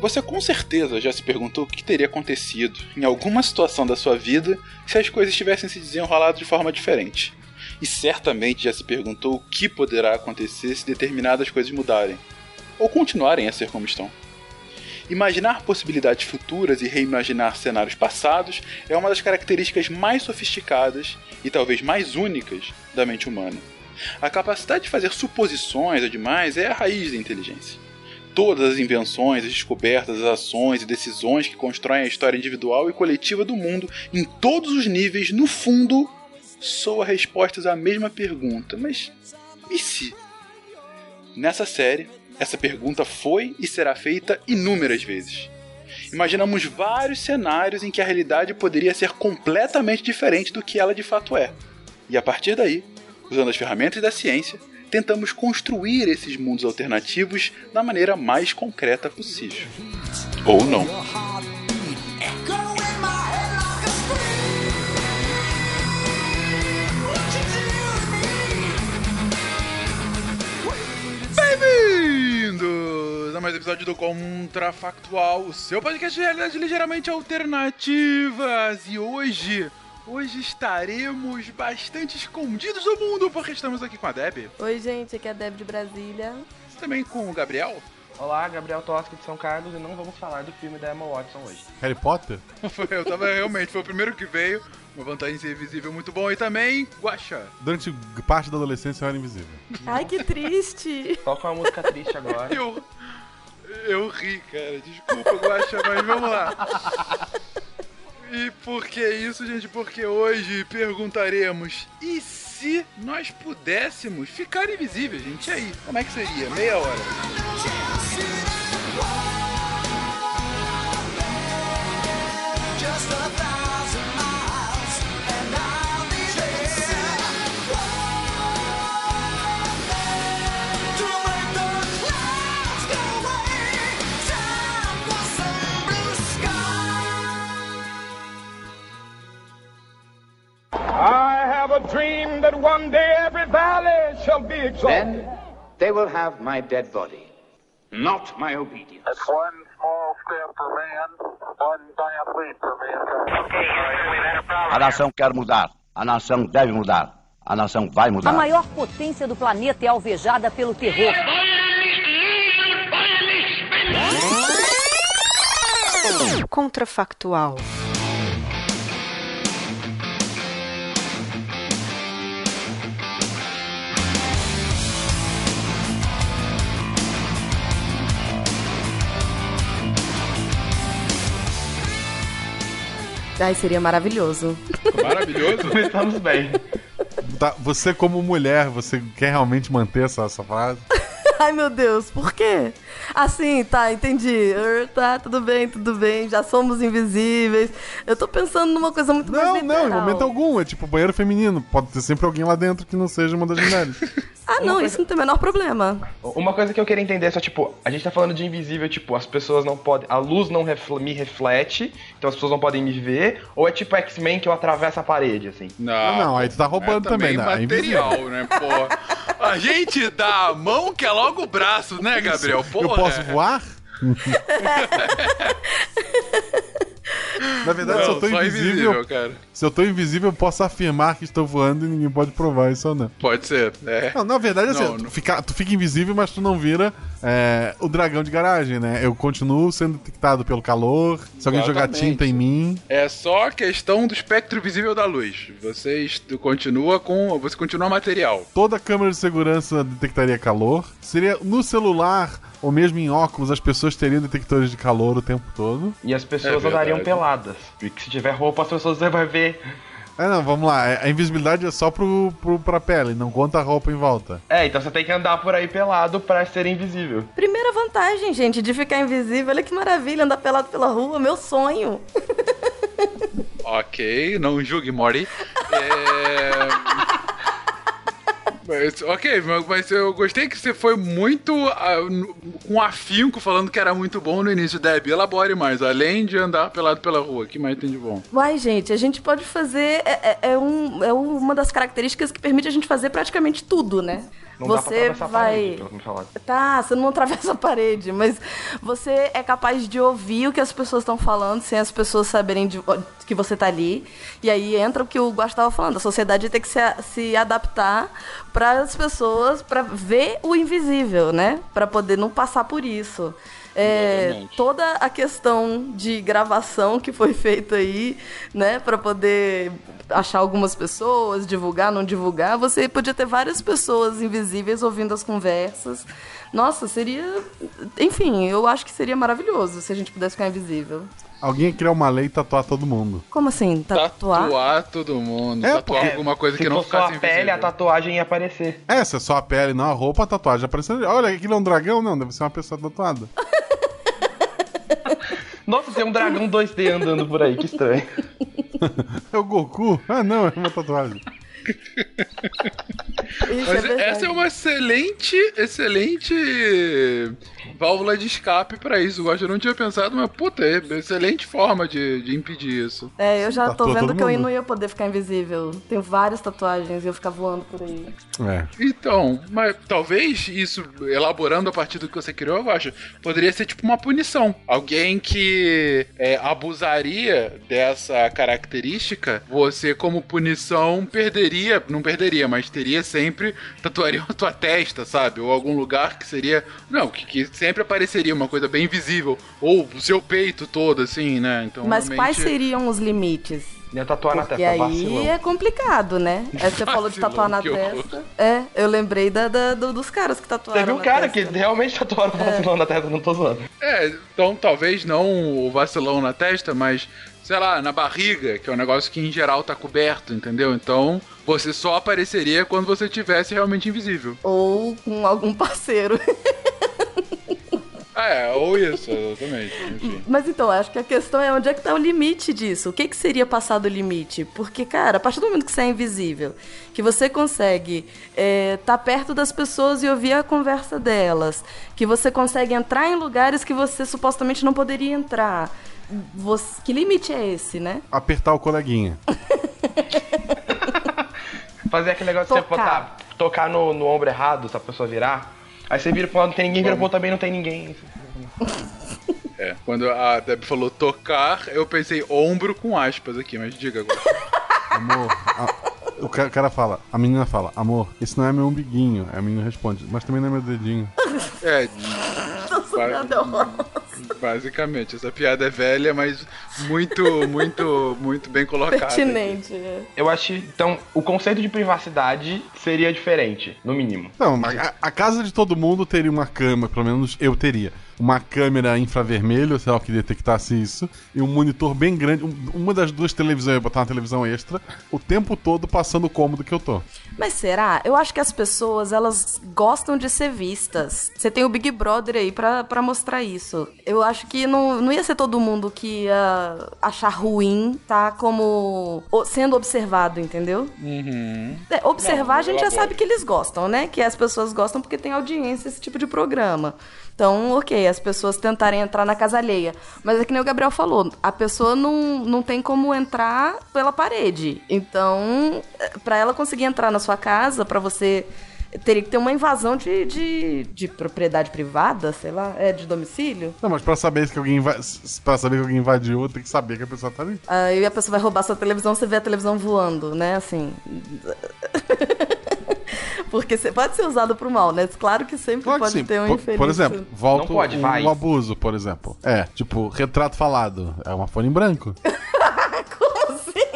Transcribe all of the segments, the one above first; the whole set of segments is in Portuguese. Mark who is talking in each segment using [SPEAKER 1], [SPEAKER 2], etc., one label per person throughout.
[SPEAKER 1] Você com certeza já se perguntou o que teria acontecido em alguma situação da sua vida se as coisas tivessem se desenrolado de forma diferente. E certamente já se perguntou o que poderá acontecer se determinadas coisas mudarem, ou continuarem a ser como estão. Imaginar possibilidades futuras e reimaginar cenários passados é uma das características mais sofisticadas e talvez mais únicas da mente humana. A capacidade de fazer suposições ou demais é a raiz da inteligência. Todas as invenções, as descobertas, as ações e decisões que constroem a história individual e coletiva do mundo em todos os níveis, no fundo, soam respostas à mesma pergunta. Mas e se? Nessa série, essa pergunta foi e será feita inúmeras vezes. Imaginamos vários cenários em que a realidade poderia ser completamente diferente do que ela de fato é. E a partir daí, usando as ferramentas da ciência, tentamos construir esses mundos alternativos da maneira mais concreta possível. Ou não. Bem-vindos a mais um episódio do Contrafactual, o seu podcast de realidades ligeiramente alternativas. E hoje estaremos bastante escondidos do mundo, porque estamos aqui com a Deb.
[SPEAKER 2] Oi, gente, aqui é a Deb de Brasília.
[SPEAKER 1] Também com o Gabriel.
[SPEAKER 3] Olá, Gabriel Tosca de São Carlos, e não vamos falar do filme da Emma Watson hoje.
[SPEAKER 4] Harry Potter?
[SPEAKER 1] Foi o primeiro que veio. Uma vantagem em ser invisível muito bom. E também, Guaxa.
[SPEAKER 4] Durante parte da adolescência eu era invisível.
[SPEAKER 2] Ai, que triste.
[SPEAKER 3] Toca uma música triste agora.
[SPEAKER 1] Eu ri, cara. Desculpa, Guaxa, mas vamos lá. E por que isso, gente? Porque hoje perguntaremos: e se nós pudéssemos ficar invisíveis, gente? E aí? Como é que seria? Meia hora.
[SPEAKER 5] I have a dream that one day every valley shall be exalted.
[SPEAKER 6] Then they will have my dead body, not my obedience.
[SPEAKER 7] That's one small step for man, one giant leap for mankind. Okay, we've had a problem.
[SPEAKER 8] A nação quer mudar. A nação deve mudar. A nação vai mudar.
[SPEAKER 9] A maior potência do planeta é alvejada pelo terror.
[SPEAKER 2] Contrafactual. Ai, seria maravilhoso.
[SPEAKER 1] Maravilhoso?
[SPEAKER 3] Estamos bem.
[SPEAKER 4] Tá, você como mulher, você quer realmente manter essa frase?
[SPEAKER 2] Ai, meu Deus, por quê? Assim, tá, entendi. Tá, tudo bem, já somos invisíveis. Eu tô pensando numa coisa muito mais literal.
[SPEAKER 4] Não, em momento algum. É tipo banheiro feminino. Pode ter sempre alguém lá dentro que não seja uma das mulheres.
[SPEAKER 2] Ah, não, isso não tem o menor problema.
[SPEAKER 3] Uma coisa que eu queria entender é só, tipo, a gente tá falando de invisível, tipo, as pessoas não podem... A luz não me reflete, então as pessoas não podem me ver, ou é tipo X-Men que eu atravesso a parede, assim?
[SPEAKER 4] Não, aí tu tá roubando também, né?
[SPEAKER 1] Material, né, pô? A gente dá a mão que é logo o braço, né, Gabriel? Porra.
[SPEAKER 4] Eu posso voar? Na verdade,
[SPEAKER 1] não,
[SPEAKER 4] se eu tô invisível,
[SPEAKER 1] cara.
[SPEAKER 4] Se eu tô invisível, eu posso afirmar que estou voando e ninguém pode provar isso ou não.
[SPEAKER 1] Pode ser, é.
[SPEAKER 4] Não, na verdade, assim, tu fica invisível, mas tu não vira o dragão de garagem, né? Eu continuo sendo detectado pelo calor, se alguém jogar tinta em mim.
[SPEAKER 1] É só a questão do espectro visível da luz. Você continua material.
[SPEAKER 4] Toda câmera de segurança detectaria calor. Seria no celular ou mesmo em óculos, as pessoas teriam detectores de calor o tempo todo.
[SPEAKER 3] E as pessoas andariam peladas. Porque se tiver roupa, as pessoas vão ver.
[SPEAKER 4] Não, vamos lá. A invisibilidade é só pra pele, não conta a roupa em volta.
[SPEAKER 3] Então você tem que andar por aí pelado pra ser invisível.
[SPEAKER 2] Primeira vantagem, gente, de ficar invisível. Olha que maravilha, andar pelado pela rua, meu sonho.
[SPEAKER 1] Ok, não julgue, Mori. Mas eu gostei que você foi muito com afinco falando que era muito bom no início, Deb. Elabore mais, além de andar pelado pela rua, o que mais tem de bom?
[SPEAKER 2] Uai, gente, a gente pode fazer, uma das características que permite a gente fazer praticamente tudo, né?
[SPEAKER 3] Não dá pra
[SPEAKER 2] você
[SPEAKER 3] atravessar a
[SPEAKER 2] vai...
[SPEAKER 3] parede, pelo que me falaram.
[SPEAKER 2] Tá, você não atravessa a parede, mas você é capaz de ouvir o que as pessoas estão falando sem as pessoas saberem que você tá ali. E aí entra o que o Guaxa estava falando. A sociedade tem que se adaptar para as pessoas, para ver o invisível, né? Para poder não passar por isso. Toda a questão de gravação que foi feita aí, né, para poder achar algumas pessoas, divulgar, não divulgar, você podia ter várias pessoas invisíveis ouvindo as conversas. Nossa, seria... Enfim, eu acho que seria maravilhoso se a gente pudesse ficar invisível.
[SPEAKER 4] Alguém ia criar uma lei e tatuar todo mundo.
[SPEAKER 2] Como assim?
[SPEAKER 1] Tatuar todo mundo. Tatuar alguma coisa que não ficasse invisível.
[SPEAKER 3] Se fosse só a pele, a tatuagem ia aparecer.
[SPEAKER 4] Se é só a pele, não a roupa, a tatuagem aparecendo. Olha, aquilo é um dragão? Não, deve ser uma pessoa tatuada.
[SPEAKER 3] Nossa, tem um dragão 2D andando por aí, que estranho.
[SPEAKER 4] É o Goku? Ah, não, é uma tatuagem.
[SPEAKER 1] Mas essa é uma excelente válvula de escape pra isso. Eu não tinha pensado, mas puta, é excelente forma de impedir isso.
[SPEAKER 2] Eu já tô vendo que eu não ia poder ficar invisível. Tenho várias tatuagens e eu ficar voando por aí.
[SPEAKER 1] Então, mas talvez isso, elaborando a partir do que você criou, eu acho, poderia ser tipo uma punição. Alguém que abusaria dessa característica, você como punição não perderia, mas teria sempre, tatuaria a tua testa, sabe? Ou algum lugar que seria, que sempre apareceria uma coisa bem visível, ou o seu peito todo, assim, né? Então,
[SPEAKER 2] mas quais seriam os limites?
[SPEAKER 3] Ia tatuar na testa,
[SPEAKER 2] e aí
[SPEAKER 3] vacilão.
[SPEAKER 2] É complicado, né? Você falou de tatuar na testa. Eu lembrei dos caras que tatuaram.
[SPEAKER 3] Teve um cara que realmente tatuaram o vacilão na testa, não tô zoando.
[SPEAKER 1] Então talvez não o vacilão na testa, mas, sei lá, na barriga, que é um negócio que em geral tá coberto, entendeu? Então você só apareceria quando você tivesse realmente invisível.
[SPEAKER 2] Ou com algum parceiro.
[SPEAKER 1] Ou isso, exatamente. Enfim.
[SPEAKER 2] Mas então, acho que a questão é onde é que tá o limite disso. O que seria passar do limite? Porque, cara, a partir do momento que você é invisível, que você consegue tá perto das pessoas e ouvir a conversa delas, que você consegue entrar em lugares que você supostamente não poderia entrar. Que limite é esse, né?
[SPEAKER 4] Apertar o coleguinha.
[SPEAKER 3] Fazer aquele negócio de você tocar no ombro errado, se a pessoa virar. Aí você vira pro lado, não tem ninguém, vira pro outro, também não tem ninguém.
[SPEAKER 1] Quando a Deb falou tocar, eu pensei ombro com aspas aqui, mas diga agora.
[SPEAKER 4] Amor, o cara fala, a menina fala, amor, esse não é meu umbiguinho. Aí a menina responde, mas também não é meu dedinho.
[SPEAKER 1] Basicamente, essa piada é velha, mas muito bem colocada.
[SPEAKER 2] Pertinente.
[SPEAKER 3] Eu acho, então, o conceito de privacidade seria diferente, no mínimo.
[SPEAKER 4] Não, a casa de todo mundo teria uma câmera, pelo menos eu teria. Uma câmera infravermelho, sei lá, que detectasse isso, e um monitor bem grande, uma das duas televisões, eu ia botar uma televisão extra, o tempo todo passando o cômodo que eu tô.
[SPEAKER 2] Mas será? Eu acho que as pessoas, elas gostam de ser vistas. Você tem o Big Brother aí pra mostrar isso. Eu acho que não ia ser todo mundo que ia achar ruim tá como sendo observado, entendeu?
[SPEAKER 1] Uhum.
[SPEAKER 2] Observar, a gente já sabe que eles gostam, né? Que as pessoas gostam porque tem audiência esse tipo de programa. Então, ok, as pessoas tentarem entrar na casa alheia. Mas é que nem o Gabriel falou, a pessoa não tem como entrar pela parede. Então, pra ela conseguir entrar na sua casa, pra você... Teria que ter uma invasão de propriedade privada, sei lá, de domicílio.
[SPEAKER 4] Não, mas pra saber que alguém invadiu, tem que saber que a pessoa tá ali.
[SPEAKER 2] Aí a pessoa vai roubar sua televisão, você vê a televisão voando, né, assim... Porque pode ser usado pro mal, né? Claro que sempre pode ter um infeliz.
[SPEAKER 4] Por exemplo, volta um abuso, por exemplo. Tipo, retrato falado. É uma folha em branco.
[SPEAKER 2] Como assim?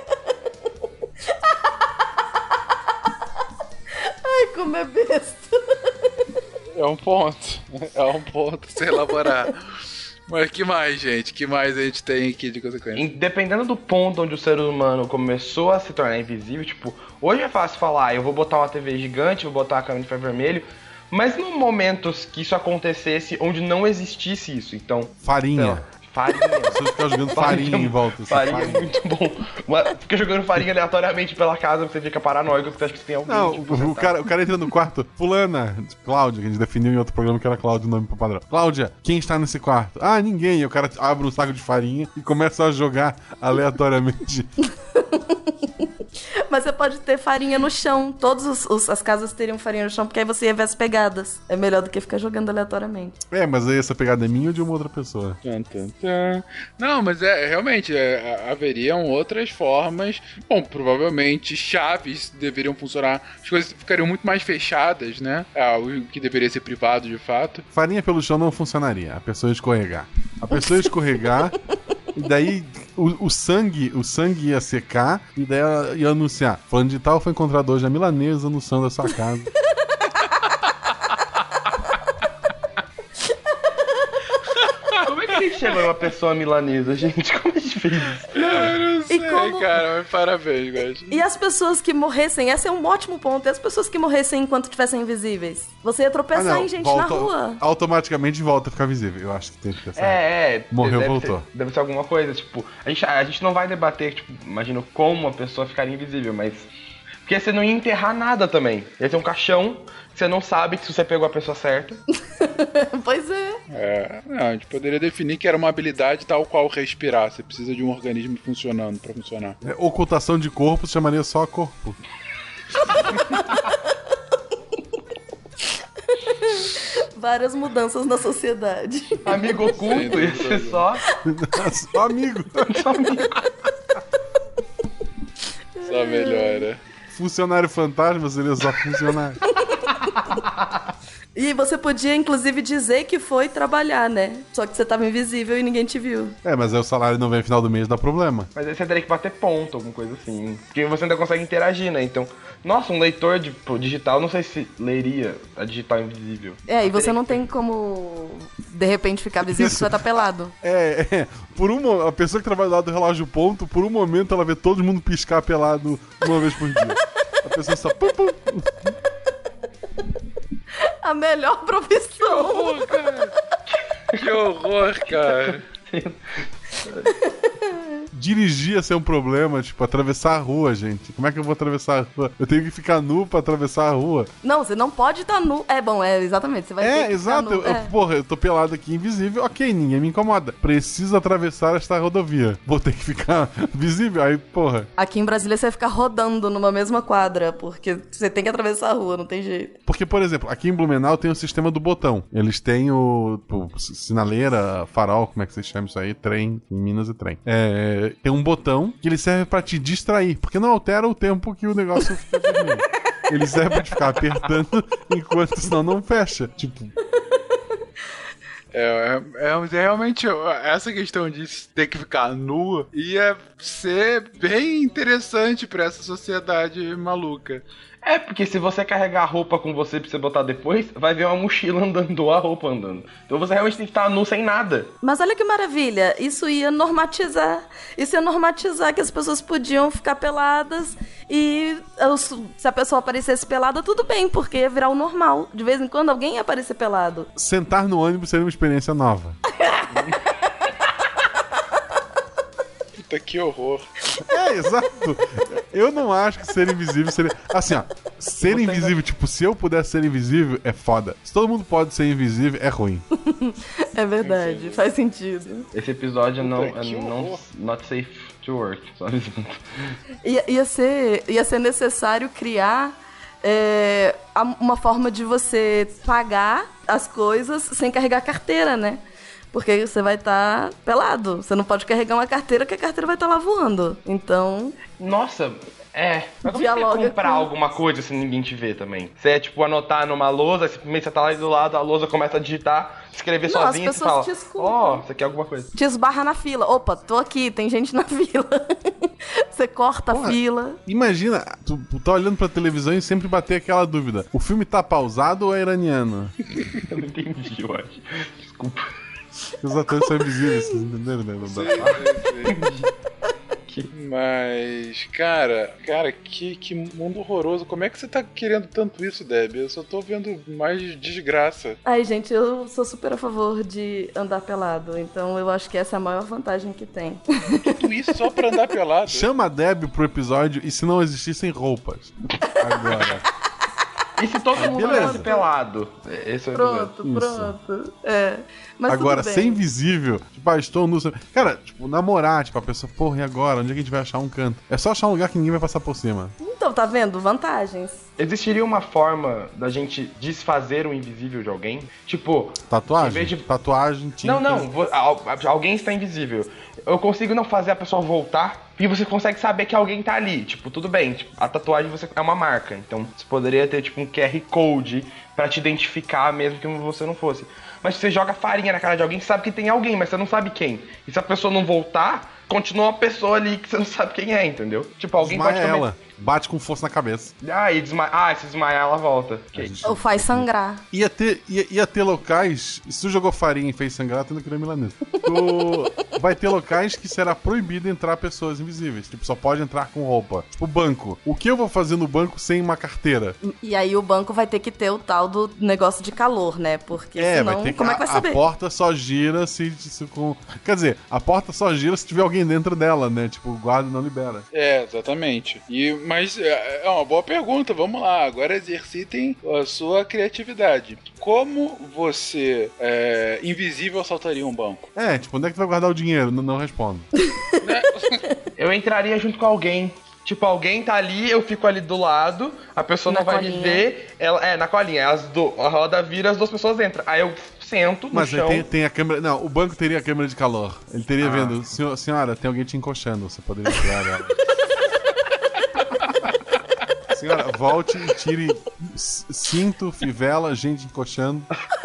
[SPEAKER 2] Ai, como é besta.
[SPEAKER 1] É um ponto a se elaborar. Mas que mais, gente? Que mais a gente tem aqui de consequência?
[SPEAKER 3] Dependendo do ponto onde o ser humano começou a se tornar invisível, tipo, hoje é fácil falar, eu vou botar uma TV gigante, vou botar uma câmera infravermelho, mas no momentos que isso acontecesse onde não existisse isso, então...
[SPEAKER 4] Farinha.
[SPEAKER 3] Farinha.
[SPEAKER 4] Você ficar jogando farinha em volta.
[SPEAKER 3] Farinha é muito bom. Fica jogando farinha aleatoriamente pela casa, você fica paranoico, você acha que tem alguém.
[SPEAKER 4] Não,
[SPEAKER 3] tipo,
[SPEAKER 4] o cara entra no quarto. Fulana, Cláudia, que a gente definiu em outro programa que era Cláudia o nome pro padrão. Cláudia, quem está nesse quarto? Ah, ninguém. E o cara abre um saco de farinha e começa a jogar aleatoriamente.
[SPEAKER 2] Mas você pode ter farinha no chão. Todas as casas teriam farinha no chão, porque aí você ia ver as pegadas. É melhor do que ficar jogando aleatoriamente.
[SPEAKER 4] Mas aí essa pegada é minha ou de uma outra pessoa?
[SPEAKER 1] Não, mas realmente, haveriam outras formas. Bom, provavelmente chaves deveriam funcionar. As coisas ficariam muito mais fechadas, né? O que deveria ser privado, de fato.
[SPEAKER 4] Farinha pelo chão não funcionaria. A pessoa ia escorregar. E daí o sangue ia secar. E daí ela ia anunciar: fulano de tal foi encontrado hoje a milanesa no chão da sua casa.
[SPEAKER 3] Como é que a gente chegou numa pessoa milanesa, gente? Como a gente fez isso?
[SPEAKER 1] Eu não sei, cara, mas parabéns, Guaxa.
[SPEAKER 2] E as pessoas que morressem, esse é um ótimo ponto. E as pessoas que morressem enquanto estivessem invisíveis? Você ia tropeçar em gente na rua.
[SPEAKER 4] Automaticamente volta a ficar visível. Eu acho que tem que pensar. Morreu, voltou.
[SPEAKER 3] Deve ser alguma coisa, tipo... A gente não vai debater, tipo, imagino como a pessoa ficaria invisível, mas... Porque você não ia enterrar nada também. Ia ter um caixão, você não sabe se você pegou a pessoa certa.
[SPEAKER 2] Pois é.
[SPEAKER 1] Não, a gente poderia definir que era uma habilidade tal qual respirar. Você precisa de um organismo funcionando pra funcionar.
[SPEAKER 4] Ocultação de corpo se chamaria só corpo.
[SPEAKER 2] Várias mudanças na sociedade.
[SPEAKER 3] Amigo oculto, ia ser só...
[SPEAKER 4] Só amigo.
[SPEAKER 1] Só melhora.
[SPEAKER 4] Funcionário fantasma seria só funcionário.
[SPEAKER 2] E você podia, inclusive, dizer que foi trabalhar, né? Só que você tava invisível e ninguém te viu.
[SPEAKER 4] Mas aí o salário não vem no final do mês, dá problema.
[SPEAKER 3] Mas aí você teria que bater ponto, alguma coisa assim. Porque você ainda consegue interagir, né? Então, nossa, um leitor digital, não sei se leria a digital invisível.
[SPEAKER 2] E você não tem como, de repente, ficar visível porque você vai estar pelado.
[SPEAKER 4] A pessoa que trabalha do lado do relógio ponto, por um momento ela vê todo mundo piscar pelado uma vez por dia. A pessoa só... Pum, pum.
[SPEAKER 2] A melhor profissão.
[SPEAKER 1] Que horror, cara.
[SPEAKER 4] Dirigir ia ser um problema, tipo, atravessar a rua, gente. Como é que eu vou atravessar a rua? Eu tenho que ficar nu pra atravessar a rua.
[SPEAKER 2] Não, você não pode estar nu. Exatamente. Você vai ter que
[SPEAKER 4] exato.
[SPEAKER 2] Estar nu.
[SPEAKER 4] Eu tô pelado aqui, invisível. Ok, ninguém me incomoda. Preciso atravessar esta rodovia. Vou ter que ficar visível. Aí, porra.
[SPEAKER 2] Aqui em Brasília você vai ficar rodando numa mesma quadra, porque você tem que atravessar a rua, não tem jeito.
[SPEAKER 4] Porque, por exemplo, aqui em Blumenau tem o sistema do botão. Eles têm sinaleira, farol, como é que vocês chamam isso aí? Trem, em Minas é trem. Tem um botão que ele serve pra te distrair, porque não altera o tempo que o negócio fica vermelho. Ele serve pra te ficar apertando enquanto senão não fecha. Tipo...
[SPEAKER 1] Realmente essa questão de ter que ficar nu ia ser bem interessante pra essa sociedade maluca.
[SPEAKER 3] Porque se você carregar a roupa com você pra você botar depois, vai ver uma mochila andando ou a roupa andando. Então você realmente tem que estar nu sem nada.
[SPEAKER 2] Mas olha que maravilha, isso ia normatizar. Isso ia normatizar que as pessoas podiam ficar peladas e se a pessoa aparecesse pelada, tudo bem, porque ia virar o normal. De vez em quando alguém ia aparecer pelado.
[SPEAKER 4] Sentar no ônibus seria uma experiência nova.
[SPEAKER 1] Puta, que horror.
[SPEAKER 4] Exato. Eu não acho que ser invisível seria... Assim, ó. Ser invisível, tipo, se eu pudesse ser invisível, é foda. Se todo mundo pode ser invisível, é ruim.
[SPEAKER 2] É verdade, faz sentido.
[SPEAKER 3] Esse episódio not safe to work. Só avisando.
[SPEAKER 2] Ia ser necessário criar uma forma de você pagar as coisas sem carregar carteira, né? Porque você vai estar pelado. Você não pode carregar uma carteira, que a carteira vai estar lá voando. Então...
[SPEAKER 3] Nossa, mas como você comprar alguma coisa se ninguém te vê também? Você tipo anotar numa lousa, simplesmente você tá lá do lado, a lousa começa a digitar, escrever sozinha e você fala, isso aqui é alguma coisa.
[SPEAKER 2] Te esbarra na fila. Opa, tô aqui, tem gente na fila. Você corta a fila.
[SPEAKER 4] Imagina, tu tá olhando pra televisão e sempre bater aquela dúvida. O filme tá pausado ou é iraniano?
[SPEAKER 3] Eu não entendi, eu acho. Desculpa.
[SPEAKER 4] Os atores são invisíveis, vocês entenderam, né? Não dá.
[SPEAKER 1] Mas, cara, que mundo horroroso. Como é que você tá querendo tanto isso, Debbie? Eu só tô vendo mais desgraça.
[SPEAKER 2] Ai, gente, eu sou super a favor de andar pelado. Então eu acho que essa é a maior vantagem que tem.
[SPEAKER 1] Tudo isso só pra andar pelado?
[SPEAKER 4] Chama a Debbie pro episódio E Se Não Existissem Roupas. Agora.
[SPEAKER 3] E se todo mundo fosse pelado? Esse é o
[SPEAKER 2] Pronto. Mas
[SPEAKER 4] agora,
[SPEAKER 2] tudo
[SPEAKER 4] ser
[SPEAKER 2] bem.
[SPEAKER 4] invisível, tipo, estou nu. Cara, tipo, namorar, tipo, a pessoa, porra, e agora? Onde é que a gente vai achar um canto? É só achar um lugar que ninguém vai passar por cima.
[SPEAKER 2] Então, tá vendo? Vantagens.
[SPEAKER 3] Existiria uma forma da gente desfazer o invisível de alguém? Tipo...
[SPEAKER 4] Tatuagem?
[SPEAKER 3] Em vez de...
[SPEAKER 4] Tatuagem, tinta.
[SPEAKER 3] Não. Alguém está invisível. Eu consigo não fazer a pessoa voltar e você consegue saber que alguém tá ali. Tipo, tudo bem. Tipo, a tatuagem é uma marca. Então, você poderia ter, tipo, um QR Code pra te identificar mesmo que você não fosse. Mas se você joga farinha na cara de alguém, você sabe que tem alguém, mas você não sabe quem. E se a pessoa não voltar, continua uma pessoa ali que você não sabe quem é, entendeu? Tipo, alguém
[SPEAKER 4] Desmaia
[SPEAKER 3] pode
[SPEAKER 4] ela. Bate com força na cabeça.
[SPEAKER 3] Se desmaiar, ela volta.
[SPEAKER 2] Ou faz sangrar.
[SPEAKER 4] Ia ter locais... Se tu jogou farinha e fez sangrar, tu não queria milanesa. Vai ter locais que será proibido entrar pessoas invisíveis. Tipo, só pode entrar com roupa. Tipo, banco. O que eu vou fazer no banco sem uma carteira?
[SPEAKER 2] E aí o banco vai ter que ter o tal do negócio de calor, né? Porque senão,
[SPEAKER 4] vai ter que,
[SPEAKER 2] como é que vai saber?
[SPEAKER 4] A porta só gira se com... Quer dizer, a porta só gira se tiver alguém dentro dela, né? Tipo, o guarda não libera.
[SPEAKER 1] Exatamente. Mas é uma boa pergunta, vamos lá. Agora exercitem a sua criatividade. Como você, invisível, assaltaria um banco?
[SPEAKER 4] Tipo, onde é que tu vai guardar o dinheiro? Não respondo.
[SPEAKER 3] Eu entraria junto com alguém. Tipo, alguém tá ali, eu fico ali do lado, a pessoa não vai me ver. Na colinha. A roda vira, as duas pessoas entram. Aí eu sento no chão.
[SPEAKER 4] Mas tem a câmera... Não, o banco teria a câmera de calor. Ele teria vendo, senhora, tem alguém te encoxando, você poderia tirar ela. Senhora, volte e tire cinto, fivela, gente encoxando.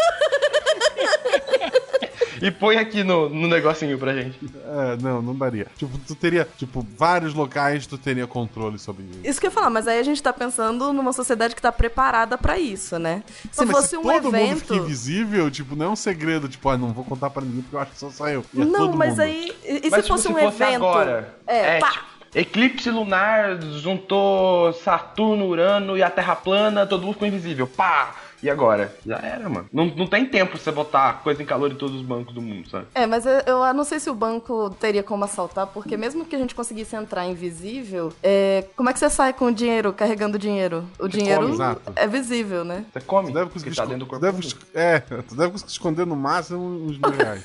[SPEAKER 3] E põe aqui no negocinho pra gente.
[SPEAKER 4] Não daria. Tipo, tu teria, vários locais tu teria controle sobre isso.
[SPEAKER 2] Isso que eu ia falar, mas aí a gente tá pensando numa sociedade que tá preparada pra isso, né? Se fosse um
[SPEAKER 4] todo mundo
[SPEAKER 2] evento...
[SPEAKER 4] fica invisível, não é um segredo, não vou contar pra ninguém porque eu acho que só eu.
[SPEAKER 2] Não, mas aí... E se fosse um evento...
[SPEAKER 3] Agora, eclipse lunar juntou Saturno, Urano e a Terra plana, todo mundo ficou invisível. Pá! E agora? Já era, mano. Não tem tempo pra você botar coisa em calor em todos os bancos do mundo, sabe?
[SPEAKER 2] Mas eu não sei se o banco teria como assaltar, porque mesmo que a gente conseguisse entrar invisível, como é que você sai com o dinheiro, carregando o dinheiro? O dinheiro é visível, né?
[SPEAKER 3] Você come?
[SPEAKER 4] Tu deve conseguir
[SPEAKER 3] tá dentro do corpo.
[SPEAKER 4] Tu deve conseguir esconder no máximo uns R$1.000.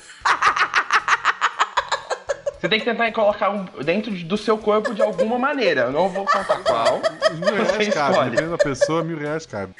[SPEAKER 3] Você tem que tentar colocar dentro do seu corpo de alguma maneira. Eu não vou contar qual.
[SPEAKER 4] Os R$1.000 cabe. Dependendo da pessoa, R$1.000 cabe.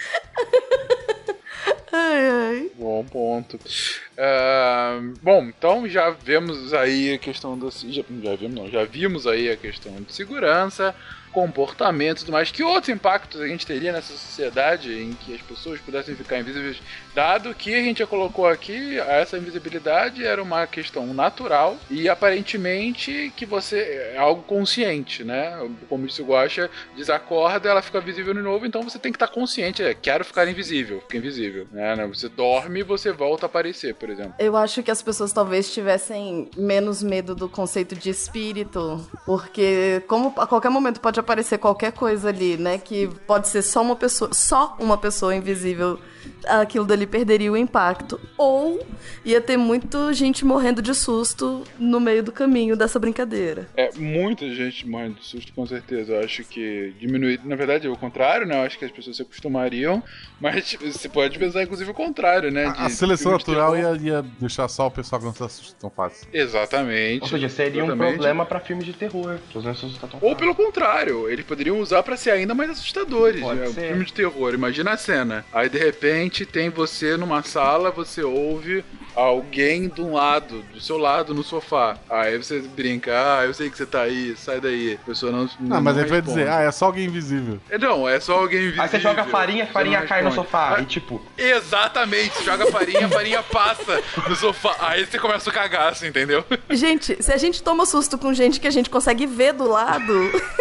[SPEAKER 2] Ai.
[SPEAKER 1] Bom ponto. Bom, então já vemos aí a questão já vimos aí a questão de segurança, comportamento e tudo mais. Que outros impactos a gente teria nessa sociedade em que as pessoas pudessem ficar invisíveis, dado que a gente já colocou aqui, essa invisibilidade era uma questão natural e aparentemente que você é algo consciente, né? Como o Guaxa desacorda, ela fica visível de novo, então você tem que estar consciente, quero ficar invisível, fica invisível, né? Você dorme e você volta a aparecer, por exemplo.
[SPEAKER 2] Eu acho que as pessoas talvez tivessem menos medo do conceito de espírito, porque como a qualquer momento pode aparecer qualquer coisa ali, né, que pode ser só uma pessoa invisível, aquilo dali perderia o impacto. Ou ia ter muita gente morrendo de susto no meio do caminho dessa brincadeira.
[SPEAKER 1] Muita gente morrendo de susto, com certeza. Eu acho que diminuir, na verdade é o contrário, né? Eu acho que as pessoas se acostumariam, mas você pode pensar inclusive o contrário, né?
[SPEAKER 4] A seleção natural ia deixar só o pessoal que não se assusta tão fácil.
[SPEAKER 1] Exatamente.
[SPEAKER 3] Ou seja, seria um problema pra filmes de terror.
[SPEAKER 1] Ou pelo contrário, eles poderiam usar pra ser ainda mais assustadores.
[SPEAKER 3] Pode ser.
[SPEAKER 1] Filme de terror, imagina a cena. Aí de repente tem você numa sala, você ouve alguém do seu lado no sofá. Aí você brinca, eu sei que você tá aí, sai daí. A pessoa não
[SPEAKER 4] mas ele vai dizer, é só alguém invisível.
[SPEAKER 1] Não, é só alguém invisível.
[SPEAKER 3] Aí você joga farinha cai no sofá. Aí tipo...
[SPEAKER 1] Exatamente, você joga farinha, a farinha passa no sofá. Aí você começa a cagar, assim, entendeu?
[SPEAKER 2] Gente, se a gente toma susto com gente que a gente consegue ver do lado...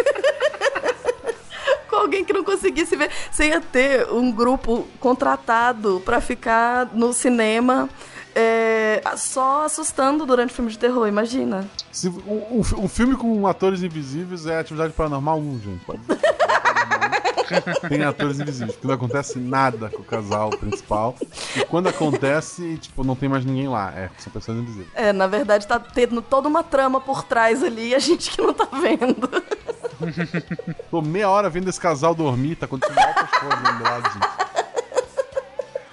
[SPEAKER 2] com alguém que não conseguisse ver, você ia ter um grupo contratado pra ficar no cinema só assustando durante o filme de terror, imagina.
[SPEAKER 4] Um filme com atores invisíveis é Atividade Paranormal 1, gente. Pode dizer. Tem atores invisíveis, porque não acontece nada com o casal principal. E quando acontece, não tem mais ninguém lá. São pessoas invisíveis.
[SPEAKER 2] Na verdade, tá tendo toda uma trama por trás ali e a gente que não tá vendo.
[SPEAKER 4] Tô meia hora vendo esse casal dormir, tá acontecendo altas coisas do lado, gente.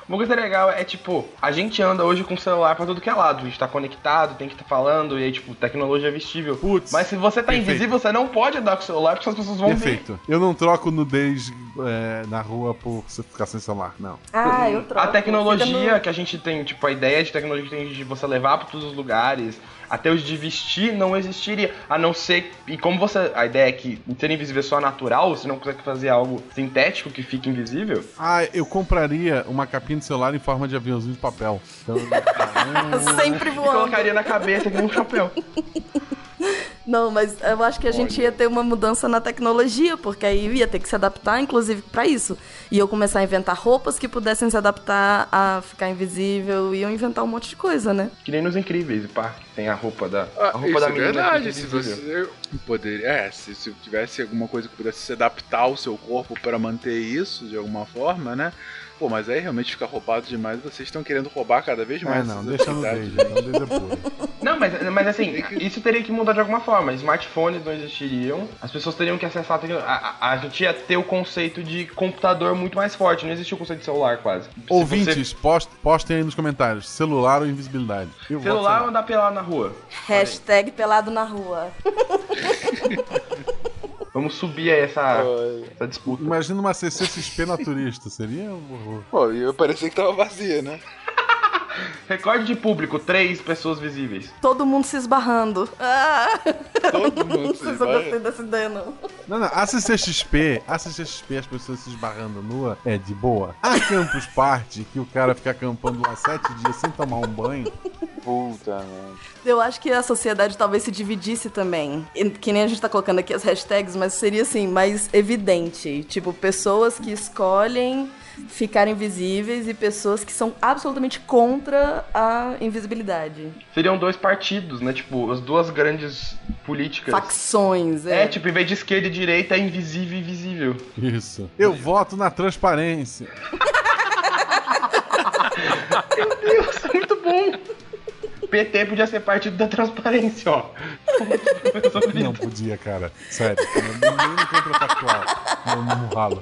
[SPEAKER 3] Uma coisa legal é, tipo, a gente anda hoje com o celular pra tudo que é lado. A gente tá conectado, tem que estar falando, e aí, tipo, tecnologia é vestível.
[SPEAKER 4] Putz,
[SPEAKER 3] mas se você tá
[SPEAKER 4] perfeito.
[SPEAKER 3] invisível, você não pode andar com o celular, porque as pessoas vão ver.
[SPEAKER 4] Perfeito. Eu não troco nudez na rua por você ficar sem celular, não.
[SPEAKER 2] Ah, eu troco.
[SPEAKER 3] A tecnologia que a gente tem, tipo, a ideia de tecnologia que tem de você levar pra todos os lugares, até os de vestir, não existiria. A não ser... E como você... A ideia é que ser invisível é só natural, você não consegue fazer algo sintético que fique invisível.
[SPEAKER 4] Ah, eu compraria uma capinha de celular em forma de aviãozinho de papel. Então,
[SPEAKER 2] Sempre
[SPEAKER 3] E
[SPEAKER 2] voando.
[SPEAKER 3] colocaria na cabeça que nem um chapéu.
[SPEAKER 2] Não, mas eu acho que a gente ia ter uma mudança na tecnologia, porque aí eu ia ter que se adaptar, inclusive, pra isso. E eu começar a inventar roupas que pudessem se adaptar a ficar invisível, e eu inventar um monte de coisa, né?
[SPEAKER 3] Que nem nos Incríveis, pá, que tem a roupa da
[SPEAKER 1] Isso
[SPEAKER 3] da
[SPEAKER 1] é
[SPEAKER 3] menina.
[SPEAKER 1] verdade,
[SPEAKER 3] que
[SPEAKER 1] se
[SPEAKER 3] fica invisível.
[SPEAKER 1] você poderia, se tivesse alguma coisa que pudesse se adaptar ao seu corpo para manter isso de alguma forma, né? Pô, mas aí realmente ficar roubado demais, vocês estão querendo roubar cada vez mais.
[SPEAKER 4] não,
[SPEAKER 1] essas
[SPEAKER 4] deixa no
[SPEAKER 1] atividades.
[SPEAKER 4] beijo, não deixa puro.
[SPEAKER 3] Não, mas assim, isso teria que mudar de alguma forma. Smartphones não existiriam, as pessoas teriam que acessar a gente ia ter o conceito de computador muito mais forte, não existia o conceito de celular quase.
[SPEAKER 4] Ouvintes, postem aí nos comentários, celular ou invisibilidade. Eu voto
[SPEAKER 3] Celular ou andar pelado na rua?
[SPEAKER 2] Hashtag pelado na rua.
[SPEAKER 3] Vamos subir aí essa disputa.
[SPEAKER 4] Imagina uma CCXP naturista, seria um horror.
[SPEAKER 1] Pô, e eu parecia que tava vazia, né?
[SPEAKER 3] Recorde de público, 3 pessoas visíveis.
[SPEAKER 2] Todo mundo se esbarrando. Ah!
[SPEAKER 1] Todo mundo
[SPEAKER 2] Não
[SPEAKER 1] se
[SPEAKER 2] sei se eu
[SPEAKER 1] esbarra.
[SPEAKER 2] gostei dessa ideia, não.
[SPEAKER 4] Não, a CCXP, as pessoas se esbarrando nua, é de boa. A Campus Party, que o cara fica acampando lá 7 dias sem tomar um banho.
[SPEAKER 1] Puta, mano.
[SPEAKER 2] Eu acho que a sociedade talvez se dividisse também. Que nem a gente tá colocando aqui as hashtags, mas seria assim, mais evidente. Tipo, pessoas que escolhem ficar invisíveis e pessoas que são absolutamente contra a invisibilidade.
[SPEAKER 3] Seriam 2 partidos, né? Tipo, as 2 grandes políticas.
[SPEAKER 2] Facções,
[SPEAKER 3] Tipo, em vez de esquerda e direita, é invisível e visível.
[SPEAKER 4] Isso. Eu voto na transparência.
[SPEAKER 3] Meu Deus, é muito bom. PT podia ser partido da transparência, ó.
[SPEAKER 4] Não podia, cara. Sério. Nem no contrafactual. Não ralo.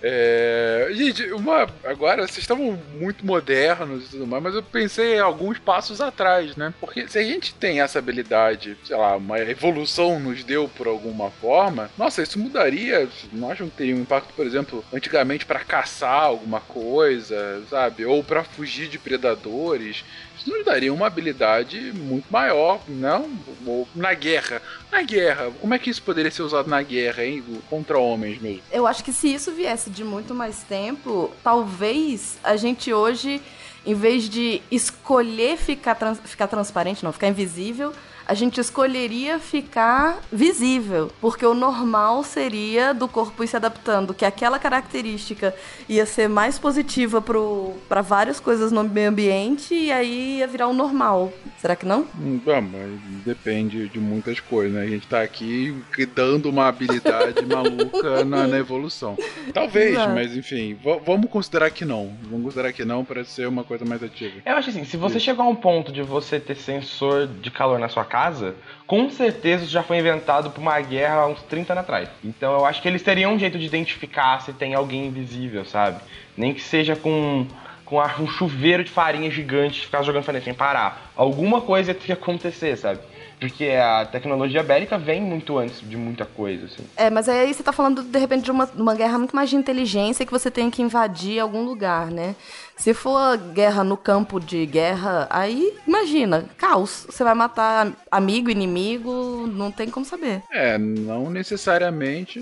[SPEAKER 1] Gente, agora vocês estavam muito modernos e tudo mais, mas eu pensei alguns passos atrás, né? Porque se a gente tem essa habilidade, sei lá, uma evolução nos deu por alguma forma, nossa, isso mudaria. Não acham que teria um impacto, por exemplo, antigamente pra caçar alguma coisa, sabe? Ou pra fugir de predadores? Isso nos daria uma habilidade muito maior, não? Ou na guerra. Na guerra, como é que isso poderia ser usado na guerra, hein? Contra homens mesmo.
[SPEAKER 2] Eu acho que se isso viesse de muito mais tempo, talvez a gente hoje, em vez de escolher ficar transparente, não, ficar invisível, a gente escolheria ficar visível, porque o normal seria do corpo ir se adaptando, que aquela característica ia ser mais positiva para várias coisas no meio ambiente e aí ia virar o normal. Será que não?
[SPEAKER 1] Mas depende de muitas coisas, né? A gente tá aqui dando uma habilidade maluca na evolução. Talvez,
[SPEAKER 2] Exato.
[SPEAKER 1] mas enfim, vamos considerar que não. Vamos considerar que não para ser uma coisa mais ativa.
[SPEAKER 3] Eu acho assim, se você chegar a um ponto de você ter sensor de calor na sua casa, com certeza isso já foi inventado por uma guerra há uns 30 anos atrás. Então eu acho que eles teriam um jeito de identificar se tem alguém invisível, sabe? Nem que seja com um chuveiro de farinha gigante, ficar jogando farinha sem parar. Alguma coisa ia ter que acontecer, sabe? Porque a tecnologia bélica vem muito antes de muita coisa, assim.
[SPEAKER 2] Mas aí você tá falando, de repente, de uma guerra muito mais de inteligência que você tem que invadir algum lugar, né? Se for guerra no campo de guerra, aí, imagina, caos. Você vai matar amigo, inimigo, não tem como saber.
[SPEAKER 1] Não necessariamente.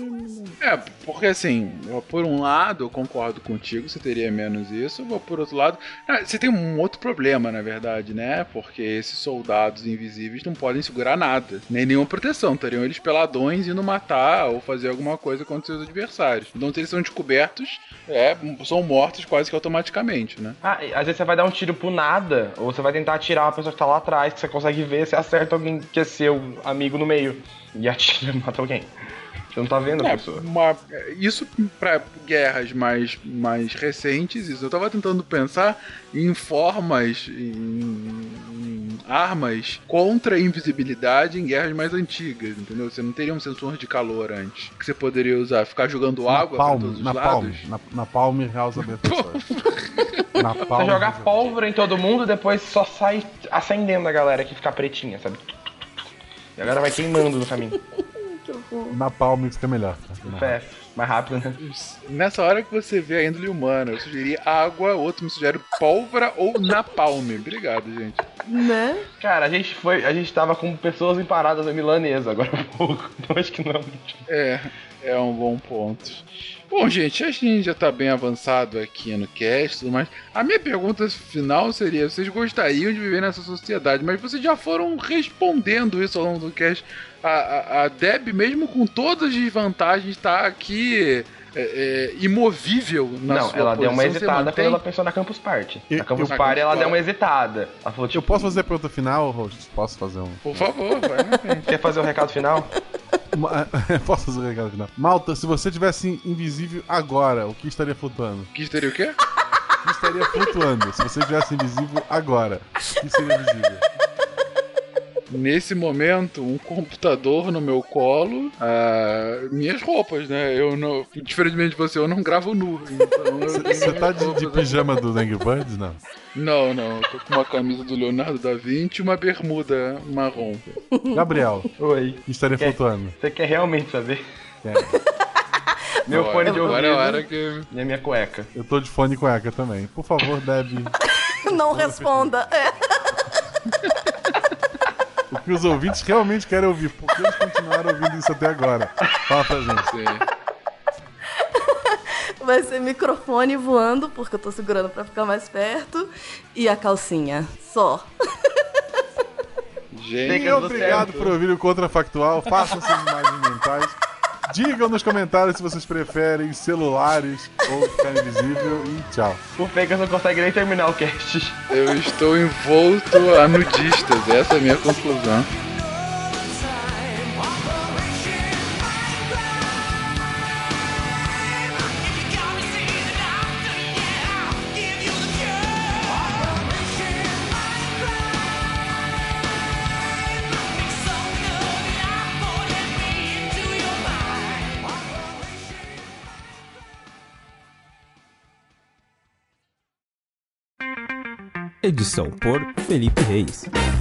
[SPEAKER 1] Porque assim, por um lado, eu concordo contigo, você teria menos isso, por outro lado, você tem um outro problema, na verdade, né? Porque esses soldados invisíveis não podem segurar nada, nem nenhuma proteção. Teriam eles peladões indo matar ou fazer alguma coisa contra seus adversários. Então, se eles são descobertos, são mortos quase que automaticamente. Né?
[SPEAKER 3] Às vezes você vai dar um tiro pro nada, ou você vai tentar atirar uma pessoa que tá lá atrás, que você consegue ver, você acerta alguém que é seu amigo no meio, e atira e mata alguém. Você não tá vendo a pessoa.
[SPEAKER 1] Isso pra guerras mais recentes, isso eu tava tentando pensar em formas, em armas contra a invisibilidade em guerras mais antigas, entendeu? Você não teria um sensor de calor antes, que você poderia usar, ficar jogando água pra todos os lados.
[SPEAKER 4] Na palme causa bem pessoas.
[SPEAKER 3] Você joga pólvora em todo mundo, depois só sai acendendo a galera que fica pretinha, sabe? E a galera vai queimando no caminho.
[SPEAKER 4] Napalm fica melhor.
[SPEAKER 3] É, mais rápido, né?
[SPEAKER 1] Nessa hora que você vê a índole humana, eu sugeri água, outro me sugere pólvora ou napalm. Obrigado, gente.
[SPEAKER 2] Né?
[SPEAKER 3] Cara, a gente tava com pessoas emparadas na milanesa agora há pouco, então acho que não.
[SPEAKER 1] É um bom ponto. Bom, gente, a gente já tá bem avançado aqui no cast e tudo mais. A minha pergunta final seria: vocês gostariam de viver nessa sociedade? Mas vocês já foram respondendo isso ao longo do cast. A Deb, mesmo com todas as desvantagens, tá aqui imovível na sua
[SPEAKER 3] Não, ela deu uma
[SPEAKER 1] posição.
[SPEAKER 3] hesitada quando ela pensou na Campus Party. Na Campus
[SPEAKER 1] eu-
[SPEAKER 3] Party ela
[SPEAKER 1] eu-
[SPEAKER 3] deu uma hesitada. Ela falou,
[SPEAKER 4] Eu posso fazer a pergunta final, Rost? Posso fazer um?
[SPEAKER 1] Por favor, vai na frente.
[SPEAKER 3] Quer fazer o recado final?
[SPEAKER 4] Posso fazer o recado final? Malta, se você tivesse invisível agora, o que estaria flutuando?
[SPEAKER 1] Que teria o quê?
[SPEAKER 4] O que estaria flutuando? Se você tivesse invisível agora, o que seria visível?
[SPEAKER 1] Nesse momento, um computador no meu colo, minhas roupas, né? Eu não, diferentemente de você, eu não gravo nu. Então
[SPEAKER 4] Você tá de pijama do Angry Birds, não?
[SPEAKER 1] Não, eu tô com uma camisa do Leonardo da Vinci e uma bermuda marrom.
[SPEAKER 4] Gabriel,
[SPEAKER 3] Oi.
[SPEAKER 4] o que estaria flutuando?
[SPEAKER 3] Você quer realmente saber?
[SPEAKER 4] Quero.
[SPEAKER 3] Meu fone de ouvido
[SPEAKER 1] Agora é a hora que...
[SPEAKER 3] e a minha cueca.
[SPEAKER 4] Eu tô de fone e cueca também. Por favor, Deb.
[SPEAKER 2] Não responda.
[SPEAKER 4] O que os ouvintes realmente querem ouvir. Por que eles continuaram ouvindo isso até agora? Fala pra gente.
[SPEAKER 2] Vai ser microfone voando, porque eu tô segurando pra ficar mais perto. E a calcinha. Só.
[SPEAKER 1] Gente,
[SPEAKER 4] E obrigado por ouvir o Contrafactual. Façam suas imagens mentais. Digam nos comentários se vocês preferem celulares ou ficar invisível. E tchau.
[SPEAKER 3] O Fencas não consegue nem terminar o cast.
[SPEAKER 1] eu estou envolto a nudistas, essa é a minha conclusão.
[SPEAKER 10] Edição por Felipe Reis.